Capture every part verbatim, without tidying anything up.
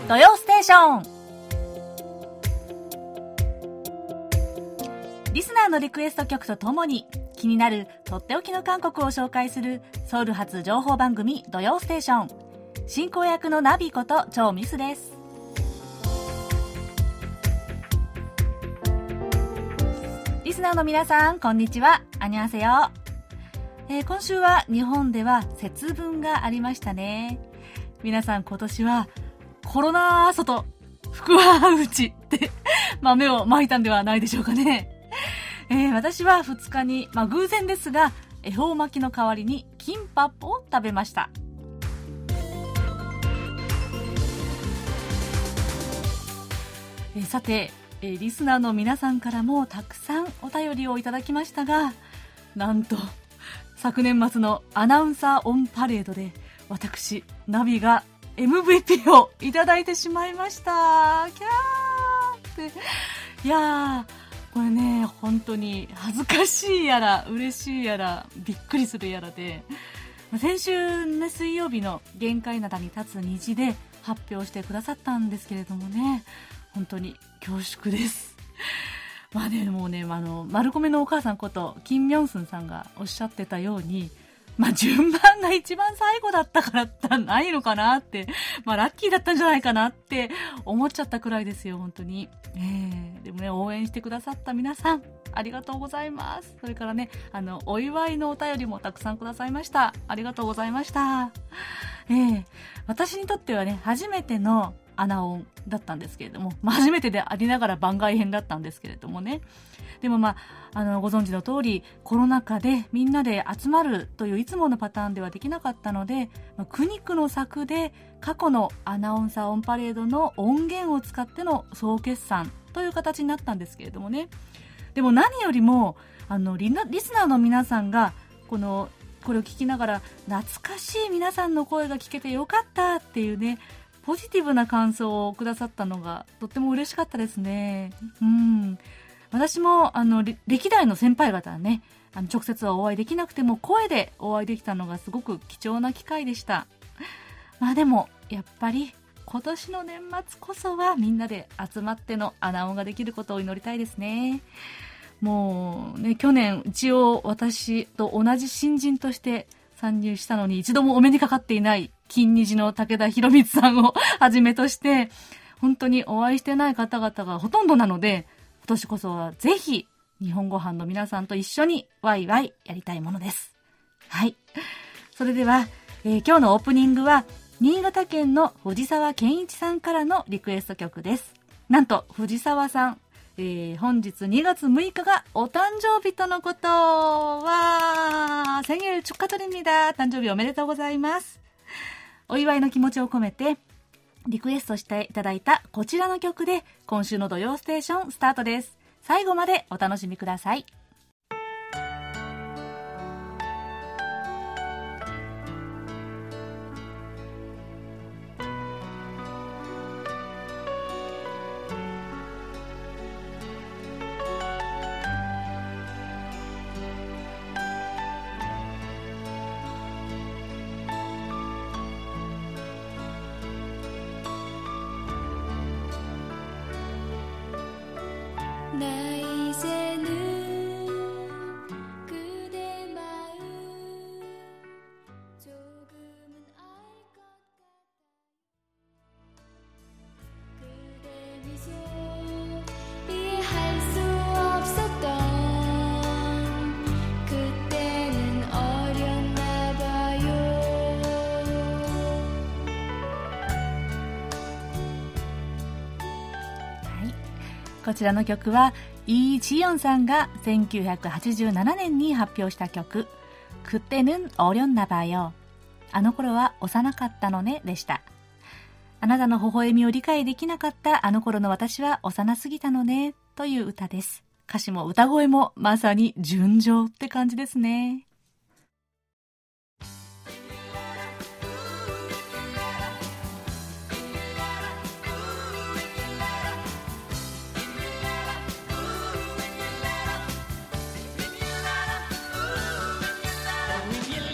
土曜ステーション。リスナーのリクエスト曲とともに気になるとっておきの韓国を紹介するソウル発情報番組土曜ステーション。進行役のナビことチョウミスです。リスナーの皆さん、こんにちは。アニョンハセヨ。えー、今週は日本では節分がありましたね。皆さん今年はコロナ外福は内って豆をまいたんではないでしょうかね。えー、私はふつかに、まあ、偶然ですが恵方巻きの代わりにキンパを食べました。えー、さて、えー、リスナーの皆さんからもたくさんお便りをいただきましたが、なんと昨年末のアナウンサーオンパレードで私ナビが エムブイピー をいただいてしまいました。キャーって、いやーこれね、本当に恥ずかしいやら嬉しいやらびっくりするやらで、先週ね、水曜日の限界灘に立つ虹で発表してくださったんですけれどもね、本当に恐縮です。まあね、もうね、あの丸米のお母さんことキン・ミョンスンさんがおっしゃってたように、まあ順番が一番最後だったからじゃないのかなって、まあラッキーだったんじゃないかなって思っちゃったくらいですよ、本当に。えー、でもね、応援してくださった皆さんありがとうございます。それからね、あのお祝いのお便りもたくさんくださいました。ありがとうございました。えー、私にとってはね、初めてのアナオンだったんですけれども、まあ、初めてでありながら番外編だったんですけれどもね。でもまあ、あのご存知の通りコロナ禍でみんなで集まるといういつものパターンではできなかったので、まあ、苦肉の策で過去のアナウンサーオンパレードの音源を使っての総決算という形になったんですけれどもね。でも何よりもあの リ, リスナーの皆さんがこのこれを聞きながら懐かしい皆さんの声が聞けてよかったっていうね、ポジティブな感想をくださったのがとっても嬉しかったですね。うん、私もあの歴代の先輩方はね、あの直接はお会いできなくても声でお会いできたのがすごく貴重な機会でした。まあでもやっぱり今年の年末こそはみんなで集まってのアナウンができることを祈りたいですね。もうね、去年一応私と同じ新人として参入したのに一度もお目にかかっていない金虹の武田博光さんをはじめとして本当にお会いしてない方々がほとんどなので、今年こそはぜひ日本ご飯の皆さんと一緒にワイワイやりたいものです。はい、それでは、えー、今日のオープニングは新潟県の藤沢健一さんからのリクエスト曲です。なんと藤沢さん、えー、本日にがつむいかがお誕生日とのこと。わー、생일 축하드립니다。誕生日おめでとうございます。お祝いの気持ちを込めてリクエストしていただいたこちらの曲で今週の土曜ステーションスタートです。最後までお楽しみください。こちらの曲はイ・ジヨンさんがせんきゅうひゃくはちじゅうななねんに発表した曲、그때는 어렸나봐요。あの頃は幼かったのねでした。あなたの微笑みを理解できなかったあの頃の私は幼すぎたのねという歌です。歌詞も歌声もまさに純情って感じですね。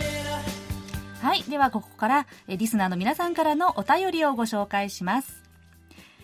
はい、ではここからリスナーの皆さんからのお便りをご紹介します。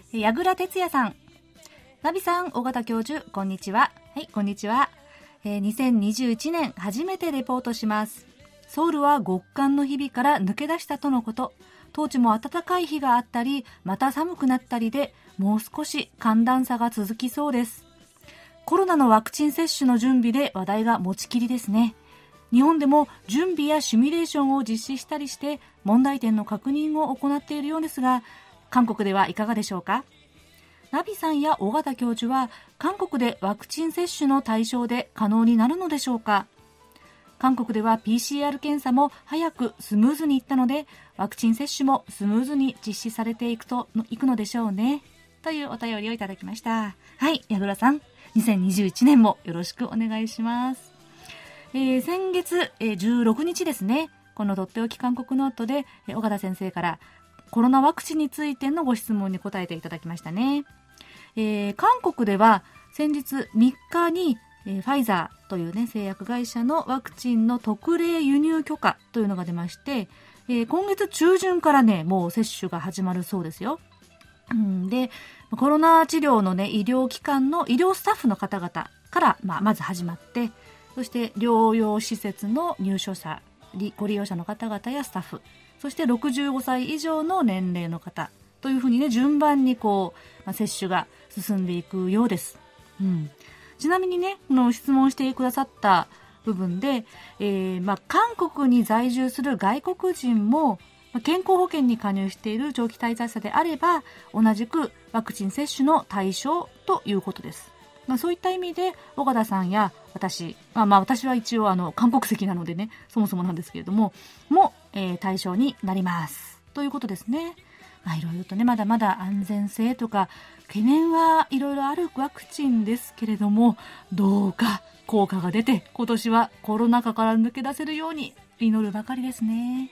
矢倉哲也さん、ナビさん、尾形教授、こんにちは。はい、こんにちは。えー、にせんにじゅういちねん初めてレポートします。ソウルは極寒の日々から抜け出したとのこと。当地も暖かい日があったり、また寒くなったりで、もう少し寒暖差が続きそうです。コロナのワクチン接種の準備で話題が持ちきりですね。日本でも準備やシミュレーションを実施したりして問題点の確認を行っているようですが、韓国ではいかがでしょうか。ナビさんや尾形教授は韓国でワクチン接種の対象で可能になるのでしょうか。韓国では ピーシーアール 検査も早くスムーズにいったので、ワクチン接種もスムーズに実施されていくといくのでしょうね、というお便りをいただきました。はい、矢倉さん、にせんにじゅういちねんもよろしくお願いします。えー、先月、えー、じゅうろくにちですね、このとっておき韓国ノートで、えー、尾形先生からコロナワクチンについてのご質問に答えていただきましたね。えー、韓国では先日みっかに、えー、ファイザーという、ね、製薬会社のワクチンの特例輸入許可というのが出まして、えー、今月中旬からね、もう接種が始まるそうですよ。うん、で、コロナ治療のね、医療機関の医療スタッフの方々から、まあ、まず始まって、そして療養施設の入所者、ご利用者の方々やスタッフ、そしてろくじゅうごさい以上の年齢の方というふうにね、順番にこう、まあ、接種が進んでいくようです。うん、ちなみにね、の質問してくださった部分で、えーまあ、韓国に在住する外国人も健康保険に加入している長期滞在者であれば同じくワクチン接種の対象ということです。まあ、そういった意味で尾形さんや私、まあ、まあ私は一応あの韓国籍なのでね、そもそもなんですけれどもも、えー、対象になりますということですね。まあ、いろいろとね、まだまだ安全性とか懸念はいろいろあるワクチンですけれども、どうか効果が出て今年はコロナ禍から抜け出せるように祈るばかりですね。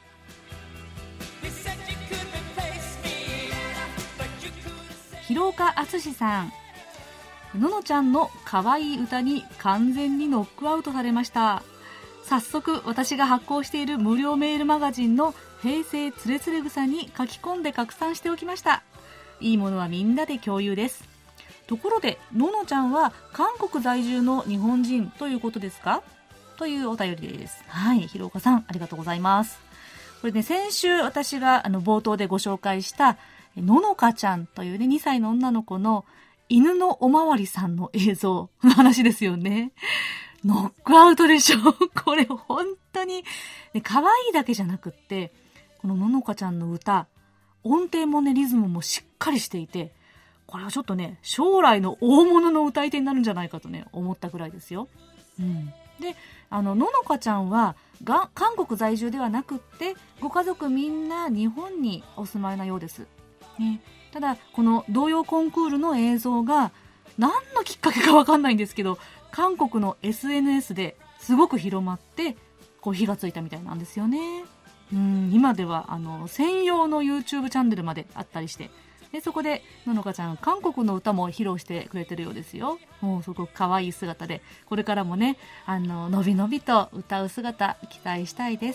広岡敦さん、ののちゃんの可愛い歌に完全にノックアウトされました。早速私が発行している無料メールマガジンの平成つれつれ草に書き込んで拡散しておきました。いいものはみんなで共有です。ところでののちゃんは韓国在住の日本人ということですか、というお便りです。はい、広岡さんありがとうございます。これね、先週私があの冒頭でご紹介したののかちゃんというね、にさいの女の子の犬のおまわりさんの映像の話ですよね。ノックアウトでしょこれ本当に、ね、可愛いだけじゃなくって、このののかちゃんの歌、音程もね、リズムもしっかりしていて、これはちょっとね、将来の大物の歌い手になるんじゃないかとね、思ったくらいですよ。うん、で、あのののかちゃんはが韓国在住ではなくって、ご家族みんな日本にお住まいなようです、ね。ただこの童謡コンクールの映像が何のきっかけか分かんないんですけど、韓国の エスエヌエス ですごく広まってこう火がついたみたいなんですよね。うん、今ではあの専用の YouTube チャンネルまであったりして、でそこでののかちゃん韓国の歌も披露してくれてるようですよ。もうすごく可愛い姿で、これからもね、あののびのびと歌う姿期待したいです。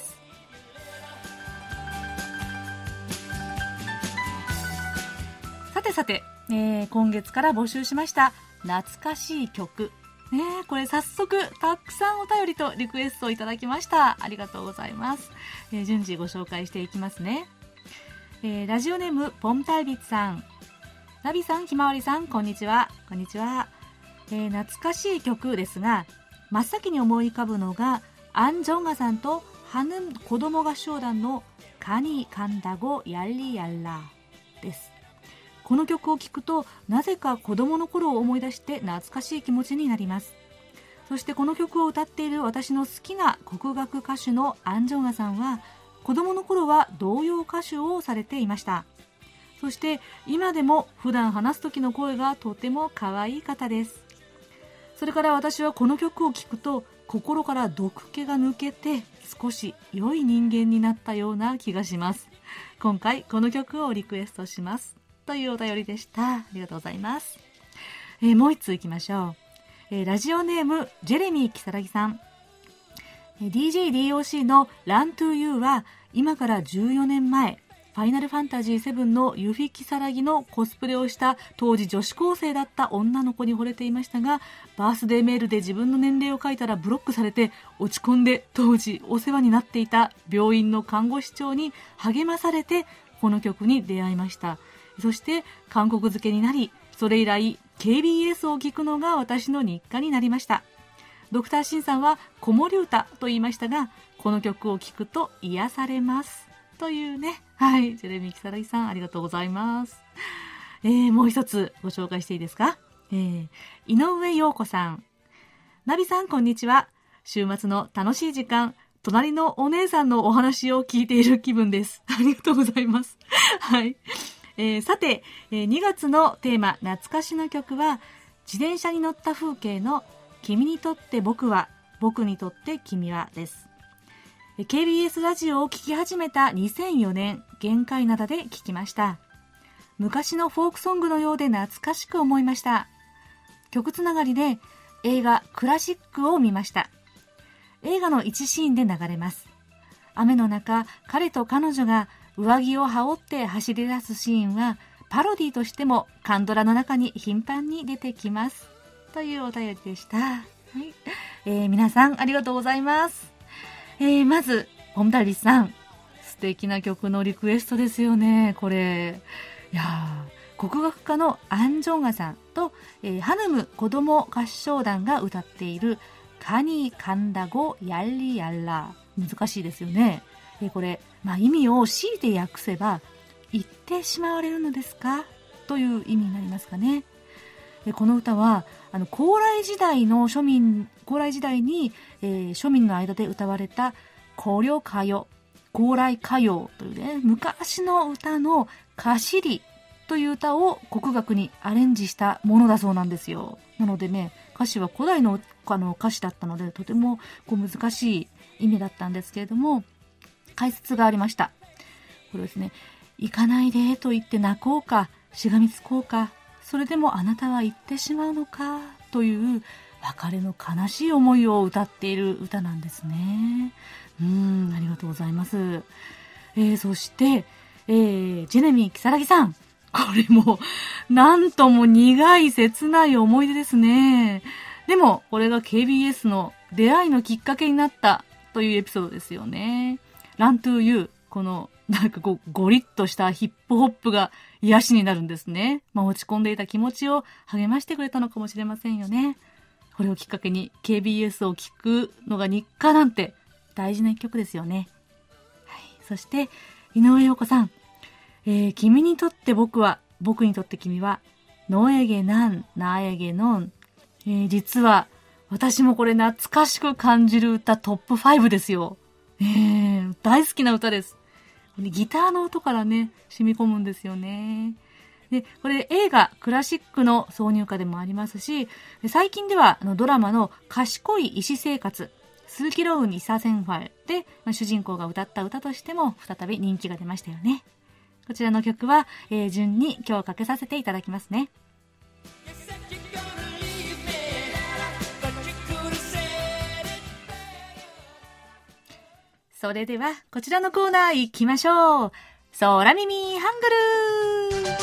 さてさて、えー、今月から募集しました懐かしい曲、ね、これ早速たくさんお便りとリクエストをいただきました。ありがとうございます。えー、順次ご紹介していきますね。えー、ラジオネームポンタイビッツさん、ナビさん、ひまわりさん、こんにちは。こんにちは。えー、懐かしい曲ですが、真っ先に思い浮かぶのがアン・ジョンガさんとハヌン子供合唱団のカニカンダゴヤリヤラです。この曲を聴くとなぜか子供の頃を思い出して懐かしい気持ちになります。そしてこの曲を歌っている私の好きな国楽歌手のアン・ジョンガさんは子供の頃は童謡歌手をされていました。そして今でも普段話す時の声がとても可愛い方です。それから私はこの曲を聴くと心から毒気が抜けて少し良い人間になったような気がします。今回この曲をリクエストしますというお便りでした。ありがとうございます。えー、もう一通いきましょう。えー、ラジオネームジェレミー・キサラギさん。えー、ディージェーディーオーシー の Run to You は今からじゅうよねんまえ、 ファイナルファンタジーセブンのユフィ・キサラギのコスプレをした当時女子高生だった女の子に惚れていましたが、バースデーメールで自分の年齢を書いたらブロックされて落ち込んで、当時お世話になっていた病院の看護師長に励まされてこの曲に出会いました。そして韓国漬けになり、それ以来 ケービーエス を聴くのが私の日課になりました。ドクターシンさんは子守歌と言いましたが、この曲を聴くと癒されますというね。はい、ジェレミー・キサラギさんありがとうございます。えー、もう一つご紹介していいですか。えー、井上陽子さん。ナビさんこんにちは。週末の楽しい時間、隣のお姉さんのお話を聞いている気分です。ありがとうございます。はい。えー、さて、えー、にがつのテーマ懐かしの曲は、自転車に乗った風景の君にとって僕は、僕にとって君はです。ケービーエス ラジオを聴き始めたにせんよねん、限界灘で聴きました。昔のフォークソングのようで懐かしく思いました。曲つながりで映画クラシックを見ました。映画の一シーンで流れます。雨の中、彼と彼女が上着を羽織って走り出すシーンはパロディとしてもカンドラの中に頻繁に出てきますというお便りでした。はい、えー、皆さんありがとうございます。えー、まずポムダリさん、素敵な曲のリクエストですよね。これいや国楽家のアンジョンガさんと、えー、ハヌム子供合唱団が歌っているカニカンダゴヤッリヤッラ、難しいですよね。えー、これ、まあ、意味を強いて訳せば言ってしまわれるのですかという意味になりますかね。えー、この歌はあの高麗時代の庶民高麗時代に、えー、庶民の間で歌われた高陵歌謡高麗歌謡というね、昔の歌の歌詞りという歌を国楽にアレンジしたものだそうなんですよ。なのでね、歌詞は古代のあの歌詞だったので、とてもこう難しい意味だったんですけれども、解説がありました。これですね、行かないでと言って泣こうか、しがみつこうか、それでもあなたは行ってしまうのかという別れの悲しい思いを歌っている歌なんですね。うーん、ありがとうございます。えー、そして、えー、ジェレミー・キサラギさん、これもなんとも苦い切ない思い出ですね。でもこれが ケービーエス の出会いのきっかけになったというエピソードですよね。Run to You、 このなんかこうゴリッとしたヒップホップが癒しになるんですね。まあ、落ち込んでいた気持ちを励ましてくれたのかもしれませんよね。これをきっかけに ケービーエス を聴くのが日課なんて大事な一曲ですよね。はい、そして井上陽子さん、えー、君にとって僕は、僕にとって君は、ノエゲナン、ナエゲノン。えー、実は私もこれ懐かしく感じる歌トップファイブですよ。えー、大好きな歌です。ギターの音からね、染み込むんですよね。で、これ映画クラシックの挿入歌でもありますし、最近ではあのドラマの賢い医師生活、スーキロウン・イサセンファルで、まあ、主人公が歌った歌としても再び人気が出ましたよね。こちらの曲は、えー、順に今日かけさせていただきますね。それではこちらのコーナー行きましょう。空耳ハングル。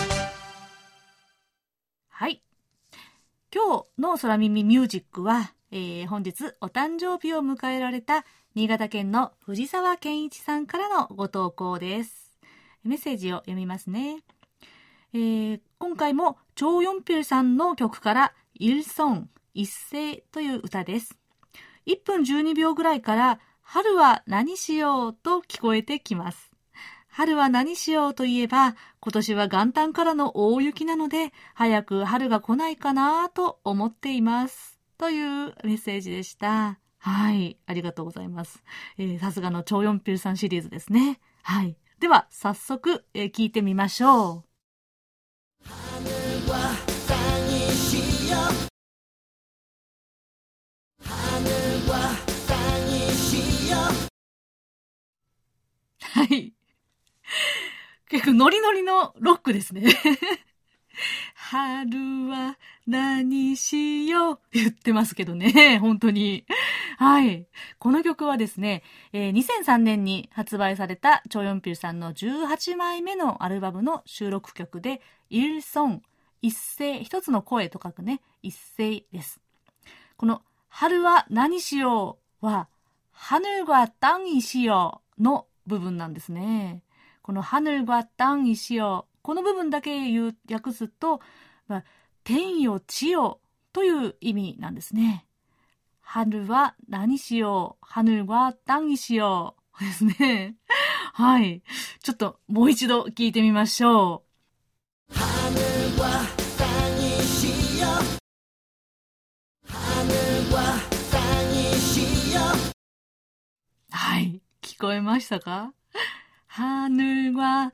はい、今日の空耳ミュージックは、えー、本日お誕生日を迎えられた新潟県の藤沢健一さんからのご投稿です。メッセージを読みますね。えー、今回もチョウヨンピルさんの曲からイルソン一斉という歌です。いっぷんじゅうにびょうぐらいから春は何しようと聞こえてきます。春は何しようといえば、今年は元旦からの大雪なので早く春が来ないかなと思っていますというメッセージでした。はい、ありがとうございます。えー、さすがのチョウヨンピルさんシリーズですね。はい、では早速、えー、聞いてみましょう。春は何しよう、春は何しよう。はい、結構ノリノリのロックですね。春は何しよう言ってますけどね、本当に。 はい。この曲はですね、えー、にせんさんねんに発売されたチョヨンピルさんのじゅうはちまいめのアルバムの収録曲で、イルソン、一声、一つの声と書くね、一声です。この春は何しようは、하늘과 땅이시여の部分なんですね。この하늘과 땅이시여、この部分だけ言う訳すと、まあ、天よ地よという意味なんですね。春は何しよう、하늘과 땅이시여ですね。はい。ちょっともう一度聞いてみましょう。하늘과 땅이시여、하늘과 땅이시여。はい。聞こえましたか？하늘과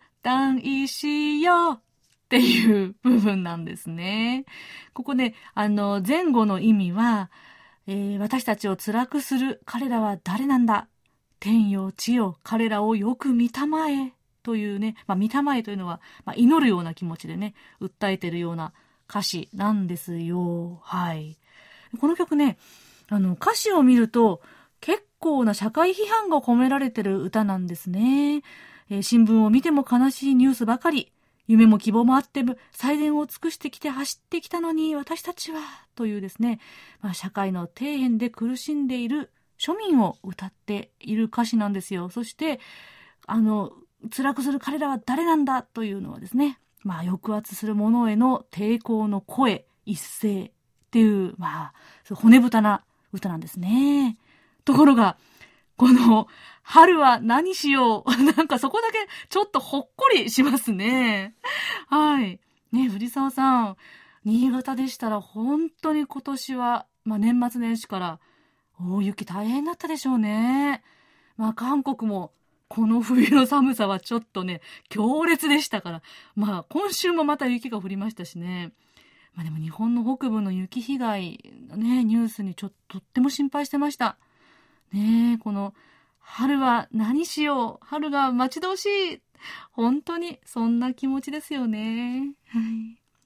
땅이시여っていう部分なんですね。ここね、あの、前後の意味は、えー、私たちを辛くする彼らは誰なんだ？天よ地よ、彼らをよく見たまえというね、まあ、見たまえというのは、まあ、祈るような気持ちでね、訴えてるような歌詞なんですよ。はい。この曲ね、あの、歌詞を見ると、結構な社会批判が込められてる歌なんですね。えー、新聞を見ても悲しいニュースばかり。夢も希望もあって最善を尽くしてきて走ってきたのに私たちはというですね、まあ、社会の底辺で苦しんでいる庶民を歌っている歌詞なんですよ。そしてあの辛くする彼らは誰なんだというのはですね、まあ、抑圧する者への抵抗の声一声っていう、まあ、骨太な歌なんですね。ところがこの春は何しよう。なんかそこだけちょっとほっこりしますね。はい。ね、藤沢さん、新潟でしたら本当に今年は、まあ、年末年始から大雪大変だったでしょうね。まあ韓国もこの冬の寒さはちょっとね、強烈でしたから、まあ今週もまた雪が降りましたしね。まあでも日本の北部の雪被害のね、ニュースにちょっととっても心配してました。ねえ、この春は何しよう、春が待ち遠しい、本当にそんな気持ちですよね。はい。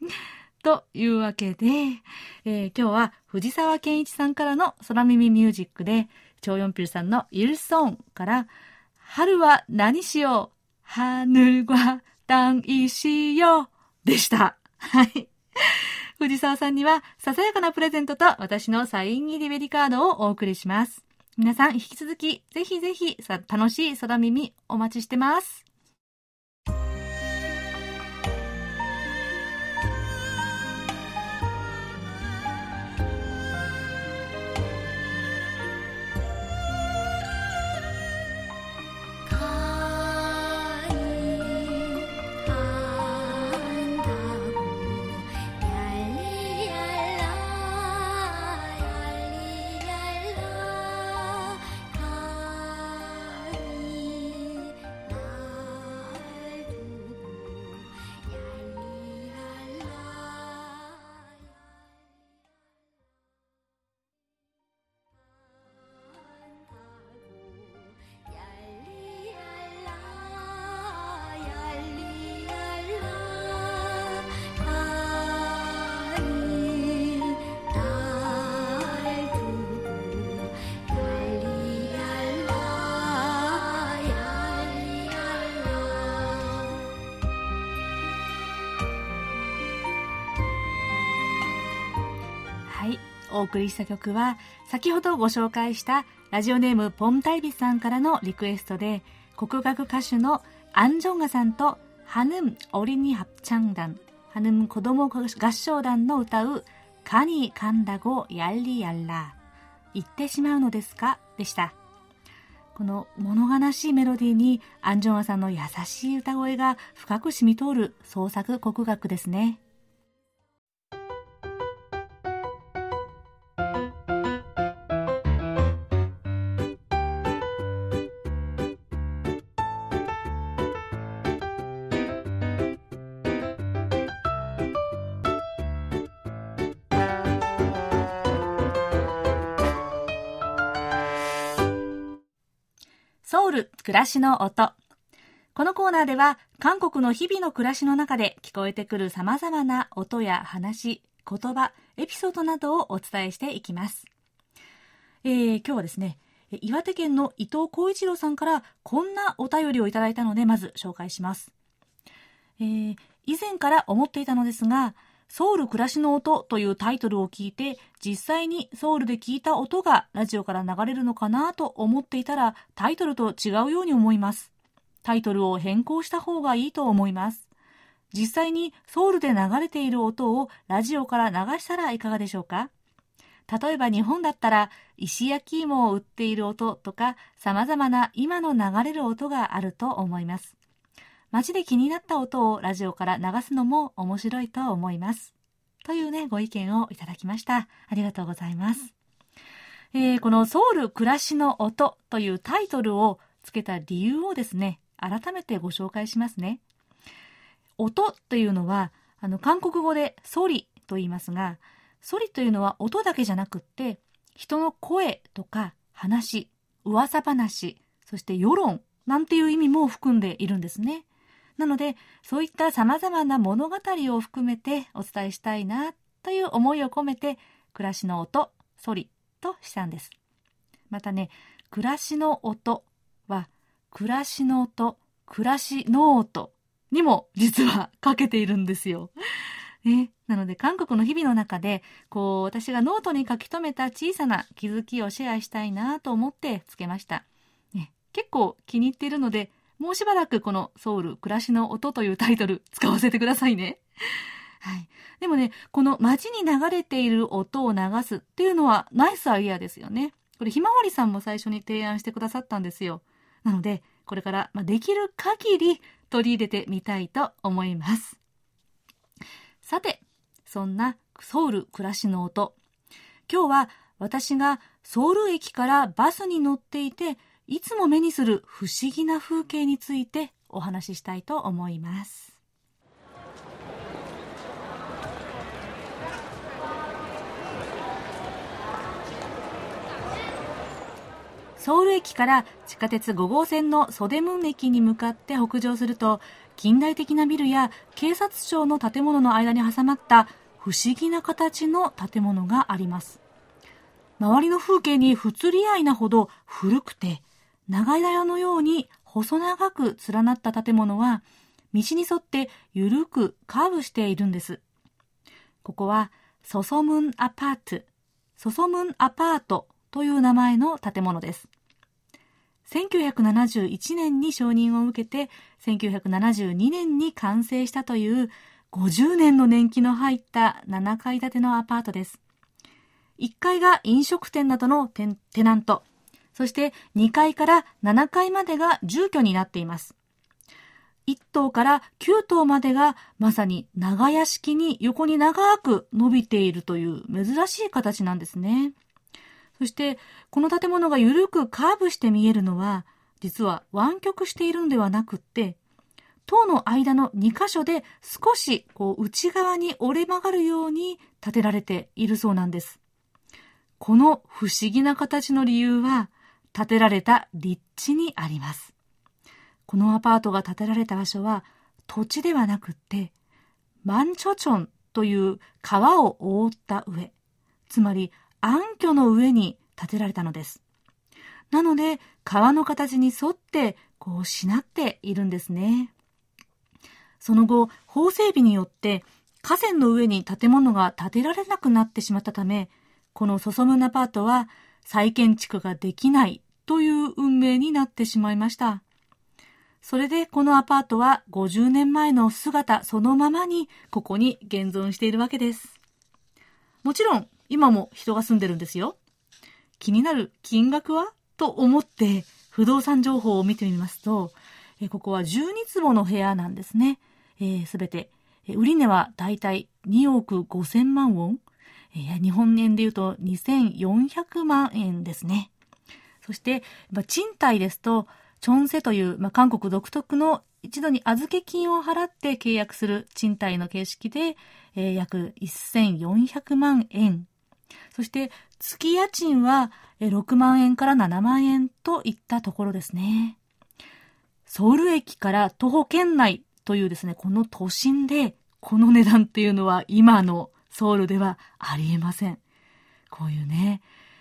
というわけで、えー、今日は藤沢健一さんからの空耳ミュージックで、チョヨンピルさんのイルソンから春は何しよう、하늘과 땅이시여でした。はい。藤沢さんにはささやかなプレゼントと私のサイン入りベリカードをお送りします。皆さん引き続きぜひぜひさ楽しい空耳お待ちしてます。お送りした曲は先ほどご紹介したラジオネームポンタイビさんからのリクエストで、国楽歌手のアンジョンガさんとハヌムオリニハプチャン団、ハヌム子供合唱団の歌うカニカンダゴヤッリヤッラ言ってしまうのですかでした。この物悲しいメロディーにアンジョンガさんの優しい歌声が深く染み通る創作国楽ですね。ソウル暮らしの音。このコーナーでは韓国の日々の暮らしの中で聞こえてくる様々な音や話、言葉、エピソードなどをお伝えしていきます。 えー、今日はですね、岩手県の伊藤浩一郎さんからこんなお便りをいただいたので、まず紹介します。えー、以前から思っていたのですが、ソウル暮らしの音というタイトルを聞いて、実際にソウルで聞いた音がラジオから流れるのかなと思っていたら、タイトルと違うように思います。タイトルを変更した方がいいと思います。実際にソウルで流れている音をラジオから流したらいかがでしょうか。例えば日本だったら石焼き芋を売っている音とか様々な今の流れる音があると思います。街で気になった音をラジオから流すのも面白いと思います。というね、ご意見をいただきました。ありがとうございます。えー、このソウル暮らしの音というタイトルをつけた理由をですね、改めてご紹介しますね。音というのは、あの韓国語でソリと言いますが、ソリというのは音だけじゃなくって、人の声とか話、噂話、そして世論なんていう意味も含んでいるんですね。なので、そういった様々な物語を含めてお伝えしたいなという思いを込めて、暮らしの音、ソリとしたんです。またね、暮らしの音は、暮らしの音、暮らしノートにも実はかけているんですよ。ね、なので韓国の日々の中でこう私がノートに書き留めた小さな気づきをシェアしたいなと思ってつけました、ね、結構気に入っているのでもうしばらくこのソウル暮らしの音というタイトル使わせてくださいね、はい、でもねこの街に流れている音を流すっていうのはナイスアイデアですよね。これひまわりさんも最初に提案してくださったんですよ。なのでこれからできる限り取り入れてみたいと思います。さて、そんなソウル暮らしの音。今日は私がソウル駅からバスに乗っていて、いつも目にする不思議な風景についてお話ししたいと思います。ソウル駅から地下鉄ご号線のソデムン駅に向かって北上すると、近代的なビルや警察庁の建物の間に挟まった不思議な形の建物があります。周りの風景に不釣り合いなほど古くて、長屋のように細長く連なった建物は、道に沿ってゆるくカーブしているんです。ここはソソムンアパート、ソソムンアパートという名前の建物です。せんきゅうひゃくななじゅういちねんに承認を受けて、せんきゅうひゃくななじゅうにねんに完成したというごじゅうねんの年季の入ったななかい建てのアパートです。いっかいが飲食店などのテナント、そしてにかいからななかいまでが住居になっています。いっとうからきゅうとうまでがまさに長屋式に横に長く伸びているという珍しい形なんですね。そしてこの建物が緩くカーブして見えるのは実は湾曲しているのではなくって塔の間のにかしょで少しこう内側に折れ曲がるように建てられているそうなんです。この不思議な形の理由は建てられた立地にあります。このアパートが建てられた場所は土地ではなくってマンチョチョンという川を覆った上、つまり暗渠の上に建てられたのです。なので川の形に沿ってこうしなっているんですね。その後法整備によって河川の上に建物が建てられなくなってしまったため、このソソムンアパートは再建築ができないという運命になってしまいました。それでこのアパートはごじゅうねんまえの姿そのままにここに現存しているわけです。もちろん今も人が住んでるんですよ。気になる金額はと思って不動産情報を見てみますと、えここはじゅうにつぼの部屋なんですね。すべ、えー、て売値はだいたいにおくごせんまんウォン、えー、日本円でいうとにせんよんひゃくまんえんですね。そして、まあ、賃貸ですとチョンセという、まあ、韓国独特の一度に預け金を払って契約する賃貸の形式で、えー、約せんよんひゃくまんえん。そして月家賃はろくまんえんからななまんえんといったところですね。ソウル駅から徒歩圏内というですね、この都心でこの値段っていうのは今のソウルではありえません。こういうね、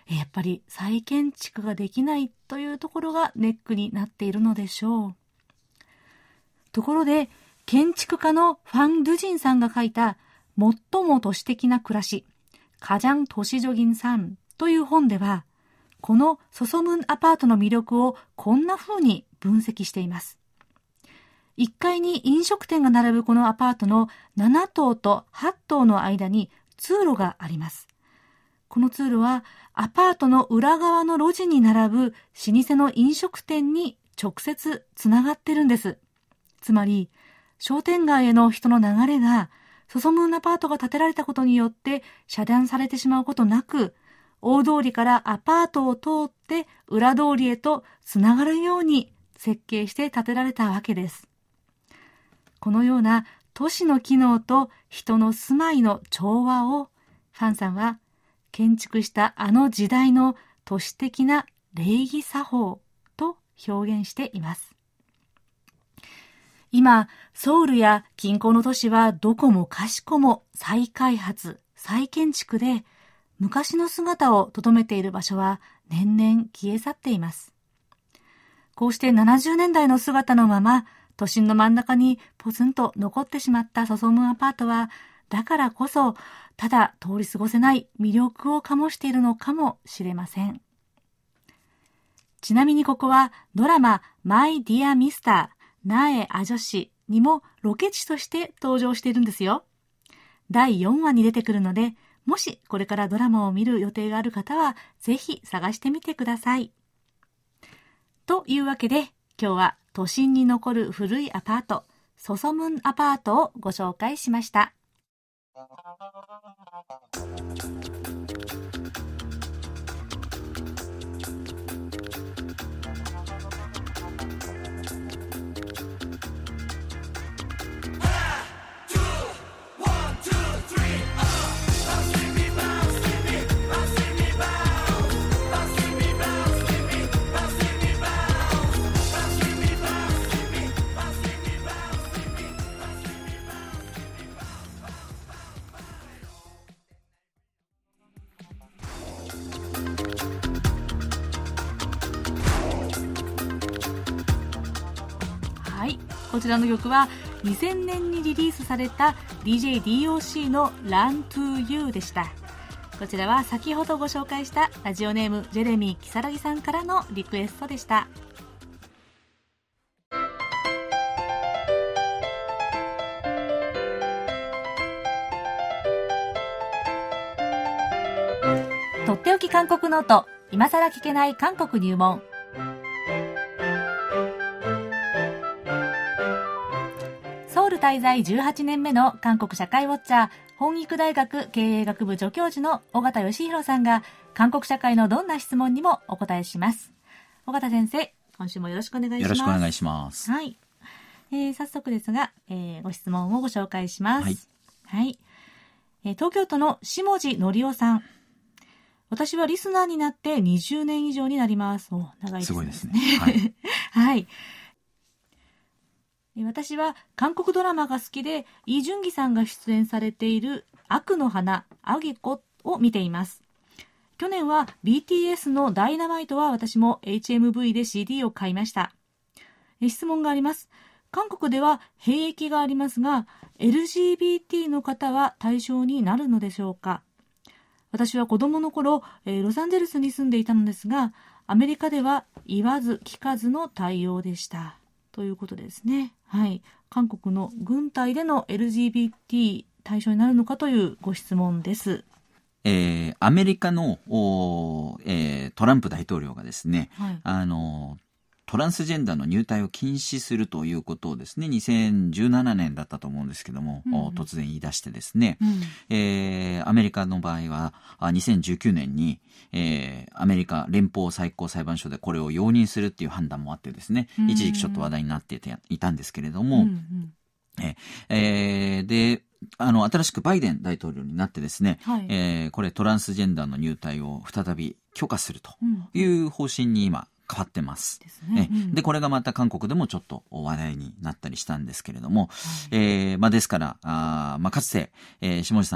やっぱり再建築ができないというところがネックになっているのでしょう。ところで、建築家のファン・ドゥジンさんが書いた最も都市的な暮らし、가장 도시적인 삶という本では、このソソムンアパートの魅力をこんな風に分析しています。いっかいに飲食店が並ぶこのアパートのなな棟とはち棟の間に通路があります。この通路はアパートの裏側の路地に並ぶ老舗の飲食店に直接つながってるんです。つまり、商店街への人の流れがソソムンアパートが建てられたことによって遮断されてしまうことなく、大通りからアパートを通って裏通りへとつながるように設計して建てられたわけです。このような都市の機能と人の住まいの調和をファンさんは建築したあの時代の都市的な礼儀作法と表現しています。今、ソウルや近郊の都市はどこもかしこも再開発、再建築で昔の姿を留めている場所は年々消え去っています。こうしてななじゅうねんだいの姿のまま都心の真ん中にポツンと残ってしまったソソムンアパートは、だからこそただ通り過ごせない魅力を醸しているのかもしれません。ちなみにここはドラママイ・ディア・ミスターナエ・アジョシにもロケ地として登場しているんですよ。だいよんわに出てくるので、もしこれからドラマを見る予定がある方はぜひ探してみてください。というわけで今日は都心に残る古いアパート、ソソムンアパートをご紹介しました。こちらの曲はにせんねんにリリースされた ディージェーディーオーシー の Run to You でした。こちらは先ほどご紹介したラジオネームジェレミー・キサラギさんからのリクエストでした。とっておき韓国ノート、今さら聞けない韓国入門。ソウル滞在じゅうはちねんめの韓国社会ウォッチャー、本育大学経営学部助教授の尾形義弘さんが韓国社会のどんな質問にもお答えします。尾形先生、今週もよろしくお願いします。 よろしくお願いします。 はい。えー、早速ですが、えー、ご質問をご紹介します。はい。はい。えー、東京都の下地のりおさん。私はリスナーになってにじゅうねん以上になります。お、長いですね。 すごいですね。はい。 はい。私は韓国ドラマが好きで、イ・ジュンギさんが出演されている悪の花、アゲコを見ています。去年は ビーティーエス のダイナマイトは私も エイチエムブイ で シーディー を買いました。質問があります。韓国では兵役がありますが、エルジービーティー の方は対象になるのでしょうか。私は子供の頃、ロサンゼルスに住んでいたのですが、アメリカでは言わず聞かずの対応でした。ということですね。はい。韓国の軍隊での エルジービーティー 対象になるのかというご質問です。 えー、アメリカの、えー、トランプ大統領がですね、はい、あのトランスジェンダーの入隊を禁止するということをですね、にせんじゅうななねんだったと思うんですけども、うん、突然言い出してですね、うん、えー、アメリカの場合はにせんじゅうきゅうねんに、えー、アメリカ連邦最高裁判所でこれを容認するっていう判断もあってですね、うん、一時期ちょっと話題になっていたんですけれども、うんうん、えー、であの新しくバイデン大統領になってですね、はい、えー、これトランスジェンダーの入隊を再び許可するという方針に今変わってます。ですね。うん、でこれがまた韓国でもちょっと話題になったりしたんですけれども、はい、えーまあ、ですからあ、まあ、かつて、えー、下地さんが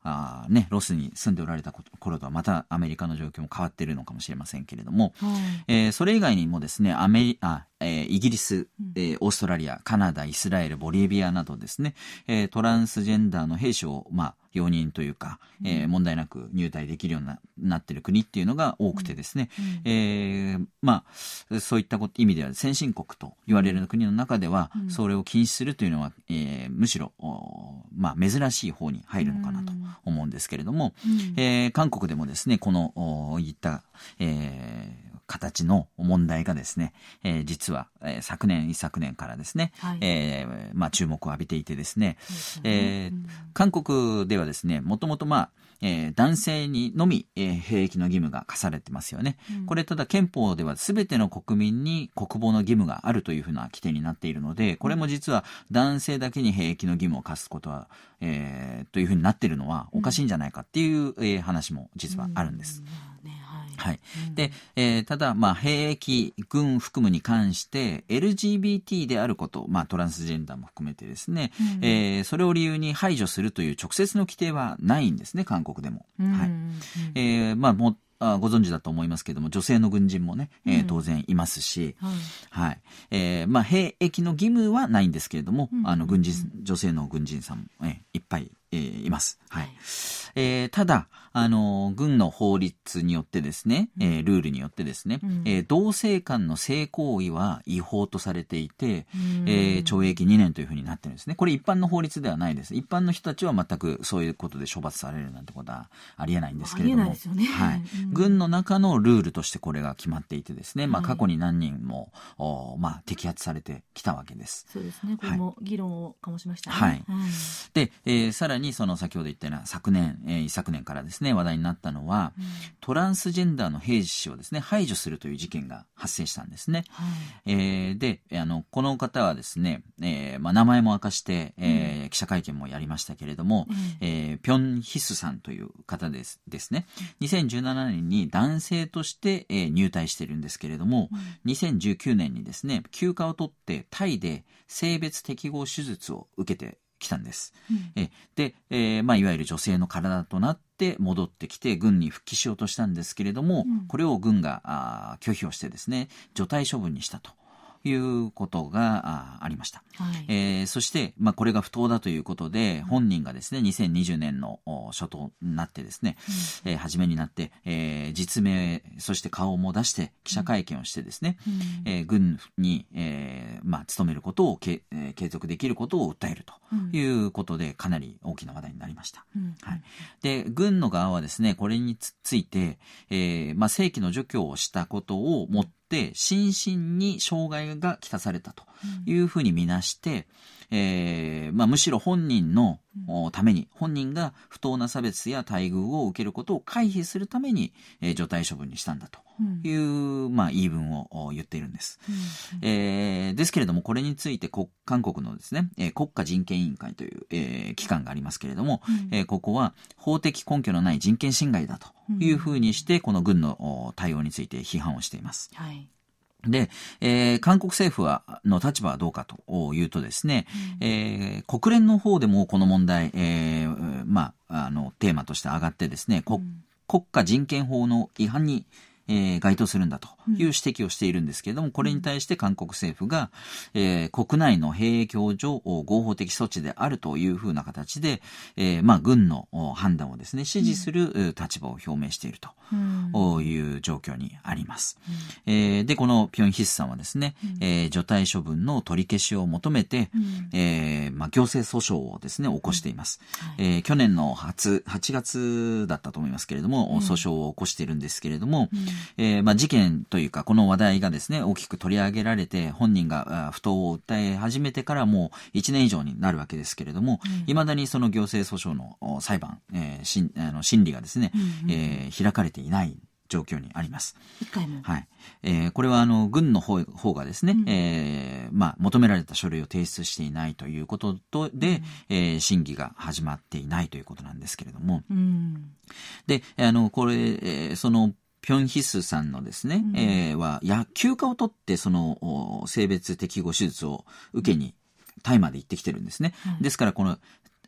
あね、ロスに住んでおられた頃とはまたアメリカの状況も変わっているのかもしれませんけれども、はい、えー、それ以外にもですね、アメリあ、えー、イギリス、えー、オーストラリア、カナダ、イスラエル、ボリビアなどですね、えー、トランスジェンダーの兵士を、まあ、容認というか、えー、問題なく入隊できるように な, なっている国っていうのが多くてですね、うんうん、えー、まあ、そういった意味では先進国と言われる国の中では、うん、それを禁止するというのは、えー、むしろ、まあ、珍しい方に入るのかなと思うんですけれども、うん、えー、韓国でもですね、このいった、えー形の問題がですね、えー、実は、えー、昨年一昨年からですね、はい、えーまあ、注目を浴びていてですね、えーうん、韓国ではですね、もともとまあ、えー、男性にのみ、えー、兵役の義務が課されてますよね、うん、これただ憲法では全ての国民に国防の義務があるというふうな規定になっているので、これも実は男性だけに兵役の義務を課すことは、えー、というふうになっているのはおかしいんじゃないかっていう、えー、話も実はあるんです、うんうんね、はい、で、えー、ただ、まあ、兵役、軍含むに関して エルジービーティー であること、まあ、トランスジェンダーも含めてですね、うん、えー、それを理由に排除するという直接の規定はないんですね、韓国でも。うん、はい、えー、まあ、もあご存知だと思いますけれども、女性の軍人もね、えー、当然いますし、うん、はい、えー、まあ、兵役の義務はないんですけれども、うん、あの軍人、女性の軍人さんも、えー、いっぱい、えー、います。はい、えー、ただ、あの、軍の法律によってですね、えー、ルールによってですね、うん、えー、同性間の性行為は違法とされていて、うん、えー、懲役にねんというふうになってるんですね。これ一般の法律ではないです。一般の人たちは全くそういうことで処罰されるなんてことはありえないんですけれども、ありえないですよね。はい、うん、軍の中のルールとしてこれが決まっていてですね、まあ、過去に何人も、はい、まあ、摘発されてきたわけです。 そうですね。これも議論を醸しましたね。 はい。はい、で、えー、さらにその先ほど言ったような昨年、えー、一昨年からですね、話題になったのは、うん、トランスジェンダーの兵士をですね、排除するという事件が発生したんですね。はい、えー、で、あの、この方はですね、えー、まあ、名前も明かして、えーうん、記者会見もやりましたけれども、うん、えー、ピョンヒスさんという方ですですね。にせんじゅうななねんに男性として、えー、入隊しているんですけれども、うん、にせんじゅうきゅうねんにですね、休暇を取ってタイで性別適合手術を受けてきたんです。うん、えで、えーまあ、いわゆる女性の体となって戻ってきて軍に復帰しようとしたんですけれども、うん、これを軍があ拒否をしてですね、除隊処分にしたということが あ, ありました。はい、えー、そして、まあ、これが不当だということで、本人がですね、にせんにじゅうねんの初頭になってですね、うん、えー、初めになって、えー、実名、そして顔も出して記者会見をしてですね、うん、えー、軍に、えー、まあ、勤めることをけ、えー、継続できることを訴えるということで、かなり大きな話題になりました。うん、はい。で、軍の側はですね、これについて、えー、まあ、正規の除去をしたことをもってで心身に障害がきたされたというふうに見なして、うん、えーまあ、むしろ本人のために、本人が不当な差別や待遇を受けることを回避するために、えー、除隊処分にしたんだという、うん、まあ、言い分を言っているんです、うん、えー、ですけれども、これについて韓国のですね、えー、国家人権委員会という、えー、機関がありますけれども、うん、えー、ここは法的根拠のない人権侵害だというふうにして、この軍の対応について批判をしています。はい。で、えー、韓国政府はの立場はどうかというとですね、うん、えー、国連の方でもこの問題、えー、まあ、あのテーマとして上がってですね、うん、国家人権法の違反にえー、該当するんだという指摘をしているんですけれども、これに対して韓国政府が、えー、国内の兵役法上合法的措置であるというふうな形で、えーまあ、軍の判断をですね支持する立場を表明しているという状況にあります。うん、えー、でこのピョンヒスさんはですね、うん、えー、除隊処分の取り消しを求めて、うん、えーまあ、行政訴訟をですね起こしています。うん、はい、えー、去年のはちがつだったと思いますけれども、うん、訴訟を起こしているんですけれども、うん、えーまあ、事件というかこの話題がですね大きく取り上げられて、本人が不当を訴え始めてからもういちねん以上になるわけですけれども、いま、うん、だにその行政訴訟の裁判、えー、しあの審理がですね、うんうん、えー、開かれていない状況にあります。一回も、はい、えー、これはあの軍の 方, 方がですね、うん、えーまあ、求められた書類を提出していないということとで、うん、えー、審議が始まっていないということなんですけれども、うん、であのこれ、えー、そのピョンヒスさんのですね、うん、えー、はや休暇を取ってその性別適合手術を受けにタイまで行ってきてるんですね。はい、ですからこの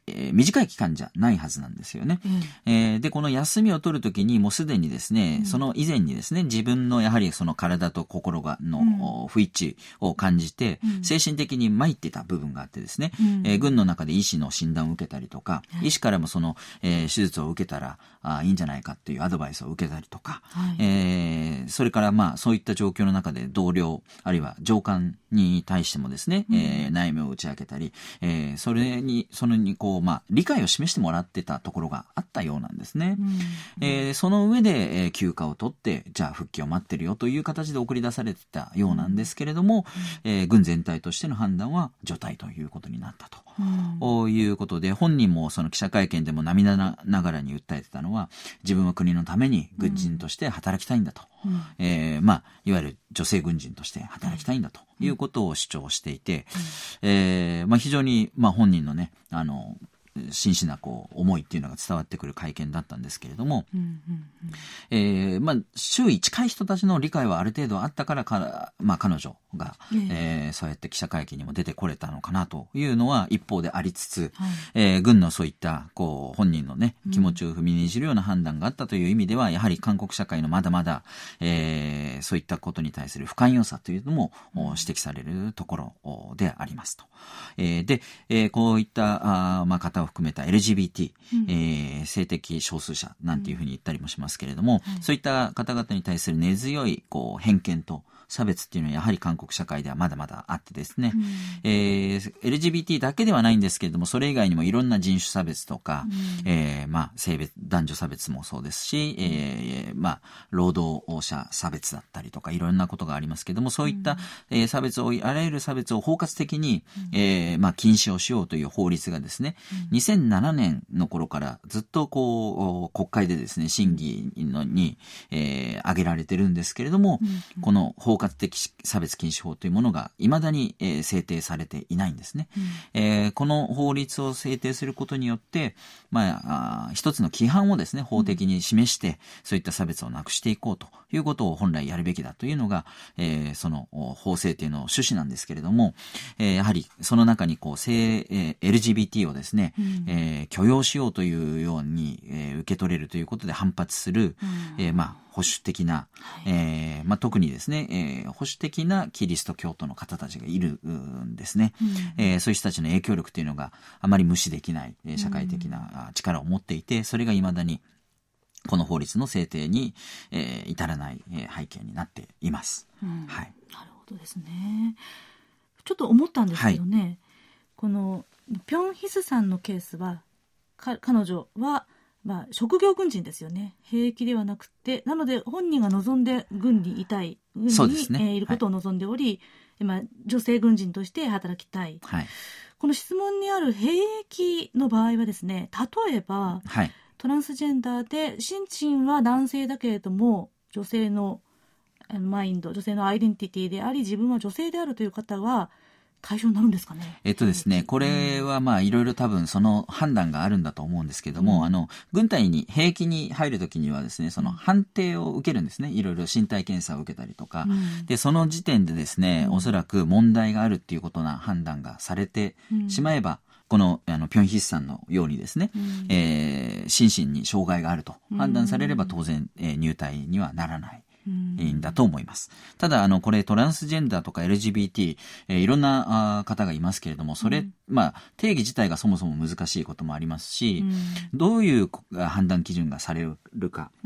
えー、短い期間じゃないはずなんですよね。うんえー、で、この休みを取るときにもうすでにですね、うん、その以前にですね、自分のやはりその体と心がの、うん、不一致を感じて、うん、精神的に参ってた部分があってですね、うんえー、軍の中で医師の診断を受けたりとか、うん、医師からもその、えー、手術を受けたらあいいんじゃないかっていうアドバイスを受けたりとか、はいえー、それからまあそういった状況の中で同僚あるいは上官に対してもですね、うんえー、悩みを打ち明けたり、えー、それにそれにこうまあ理解を示してもらってたところがあったようなんですね。うんえー、その上で、えー、休暇を取ってじゃあ復帰を待ってるよという形で送り出されてたようなんですけれども、うんえー、軍全体としての判断は除隊ということになったと、うん、いうことで本人もその記者会見でも涙ながらに訴えてたのは自分は国のために軍人として働きたいんだと、うんえーまあ、いわゆる女性軍人として働きたいんだということを主張していて、うんえーまあ、非常に、まあ、本人のねあの真摯なこう思いっていうのが伝わってくる会見だったんですけれども、うんうんうんえーまあ、周囲近い人たちの理解はある程度あったからから、まあ、彼女が、えーえー、そうやって記者会見にも出てこれたのかなというのは一方でありつつ、はいえー、軍のそういったこう本人の、ね、気持ちを踏みにじるような判断があったという意味では、うん、やはり韓国社会のまだまだ、えー、そういったことに対する不寛容さというのも、うん、指摘されるところでありますと。えー、で、えー、こういったあ、まあ、方を含めた エルジービーティー、うんえー、性的少数者なんていうふうに言ったりもしますけれども、うんはい、そういった方々に対する根強いこう偏見と差別っていうのはやはり韓国社会ではまだまだあってですね、うんえー、エルジービーティー だけではないんですけれどもそれ以外にもいろんな人種差別とか、うんえーまあ、性別男女差別もそうですし、えーまあ、労働者差別だったりとかいろんなことがありますけれどもそういった、うんえー、差別をあらゆる差別を包括的に、うんえーまあ、禁止をしようという法律がですね、うん、にせんななねんの頃からずっとこう国会でですね審議のに、えー、挙げられてるんですけれども、うん、この包括的差別禁止法というものが未だに、えー、制定されていないんですね、うんえー、この法律を制定することによって、まあ、あ一つの規範をですね法的に示して、うん、そういった差別をなくしていこうということを本来やるべきだというのが、えー、その法制定の趣旨なんですけれども、えー、やはりその中にこう性、えー、エルジービーティー をですね、うんえー、許容しようというように、えー、受け取れるということで反発する、うんえー、まあ保守的な、はいえーまあ、特にですね、えー、保守的なキリスト教徒の方たちがいるんですね、うんえー、そういう人たちの影響力というのがあまり無視できない社会的な力を持っていてそれが未だにこの法律の制定に、えー、至らない背景になっています、うんはい、 なるほどですね。ちょっと思ったんですけどね、はい、このピョンヒスさんのケースはか彼女はまあ、職業軍人ですよね。兵役ではなくて、なので本人が望んで軍にいたい、軍に、ねえー、いることを望んでおり、はいまあ、女性軍人として働きたい、はい、この質問にある兵役の場合はですね、例えば、はい、トランスジェンダーで心身は男性だけれども女性のマインド、女性のアイデンティティであり自分は女性であるという方は対象になるんですかね。 えっとですね、これはまあいろいろ多分その判断があるんだと思うんですけども、うん、あの軍隊に兵役に入るときにはですね、その判定を受けるんですね。いろいろ身体検査を受けたりとか、うん、でその時点でですね、おそらく問題があるっていうことな判断がされてしまえば、うん、このあのピョンヒスさんのようにですね、うんえー、心身に障害があると判断されれば当然、えー、入隊にはならない。いいんだと思います。ただあのこれトランスジェンダーとか エルジービーティー、えー、いろんなあ方がいますけれどもそれ、うん、まあ定義自体がそもそも難しいこともありますし、うん、どういう判断基準がされるか、うん、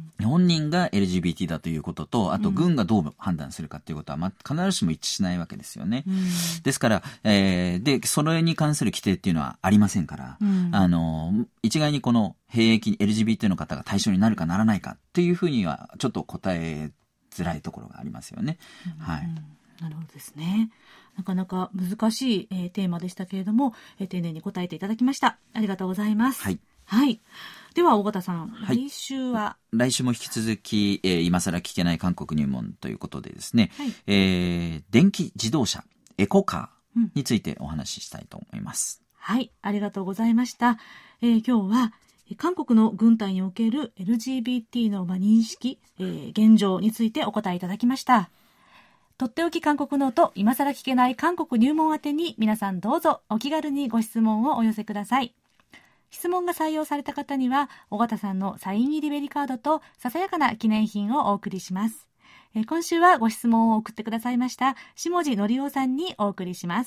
本人が エルジービーティー だということとあと軍がどう判断するかということは、まあ、必ずしも一致しないわけですよね、うん、ですから、えー、でそれに関する規定っていうのはありませんから、うん、あの一概にこの兵役に エルジービーティー の方が対象になるかならないかっていうふうにはちょっと答えづらいところがありますよね、うんはい、 なるほどですね。なかなか難しい、えー、テーマでしたけれども、えー、丁寧に答えていただきました。ありがとうございます。はい、はい、では大方さん、はい、来週は来週も引き続き、えー、今更聞けない韓国入門ということでですね、はいえー、電気自動車エコカーについてお話ししたいと思います、 うん、はいありがとうございました、えー、今日は韓国の軍隊における エルジービーティー の認識、えー、現状についてお答えいただきました。とっておき韓国ノート今更聞けない韓国入門宛てに皆さんどうぞお気軽にご質問をお寄せください。 質問が採用された方には尾形さんのサイン入りベリカードとささやかな記念品をお送りします。えー、今週はご質問を送ってくださいました下地のりおさんにお送りします。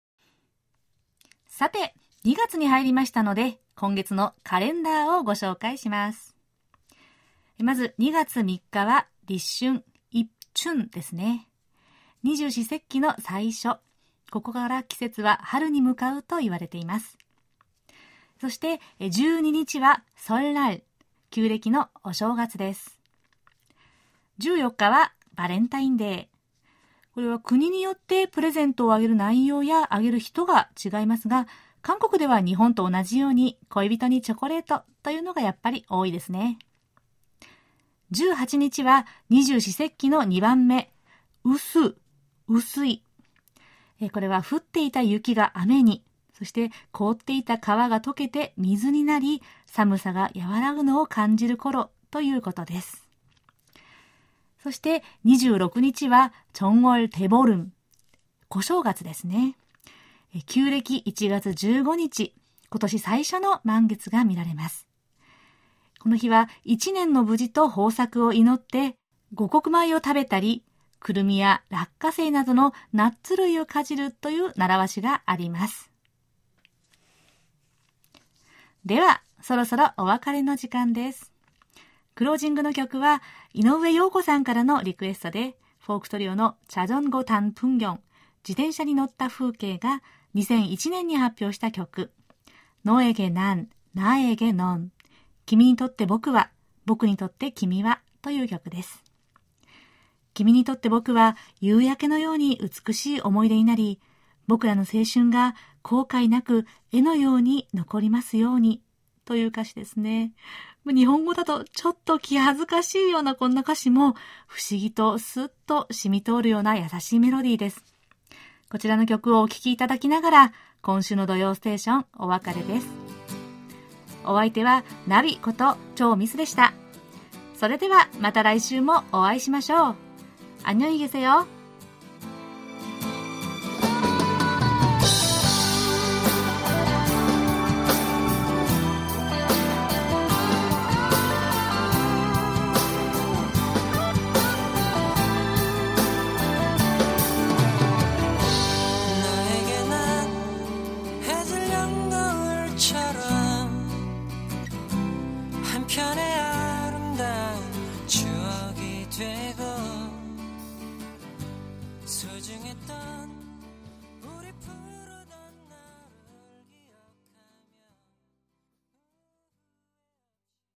さて、にがつに入りましたので今月のカレンダーをご紹介します。まずにがつみっかは立春、一春ですね。二十四節気の最初、ここから季節は春に向かうと言われています。そしてじゅうににちは설날、旧暦のお正月です。じゅうよっかはバレンタインデー。これは国によってプレゼントをあげる内容やあげる人が違いますが、韓国では日本と同じように恋人にチョコレートというのがやっぱり多いですね。じゅうはちにちは二十四節気のにばんめ、薄、薄い。これは降っていた雪が雨に、そして凍っていた川が溶けて水になり、寒さが和らぐのを感じる頃ということです。そしてにじゅうろくにちは정월 대보름、小正月ですね。旧暦いちがつじゅうごにち、今年最初の満月が見られます。この日はいちねんの無事と豊作を祈って五穀米を食べたり、くるみや落花生などのナッツ類をかじるという習わしがあります。ではそろそろお別れの時間です。クロージングの曲は井上陽子さんからのリクエストで、フォークトリオの자전거 탄 풍경、自転車に乗った風景がにせんいちねんに発表した曲、너에게 난、나에게 넌、君にとって僕は、僕にとって君はという曲です。君にとって僕は夕焼けのように美しい思い出になり、僕らの青春が後悔なく絵のように残りますようにという歌詞ですね。日本語だとちょっと気恥ずかしいようなこんな歌詞も不思議とスッと染み通るような優しいメロディーです。こちらの曲をお聴きいただきながら今週の土曜ステーションお別れです。お相手はナビこと超ミスでした。それではまた来週もお会いしましょう。안녕히 계세요。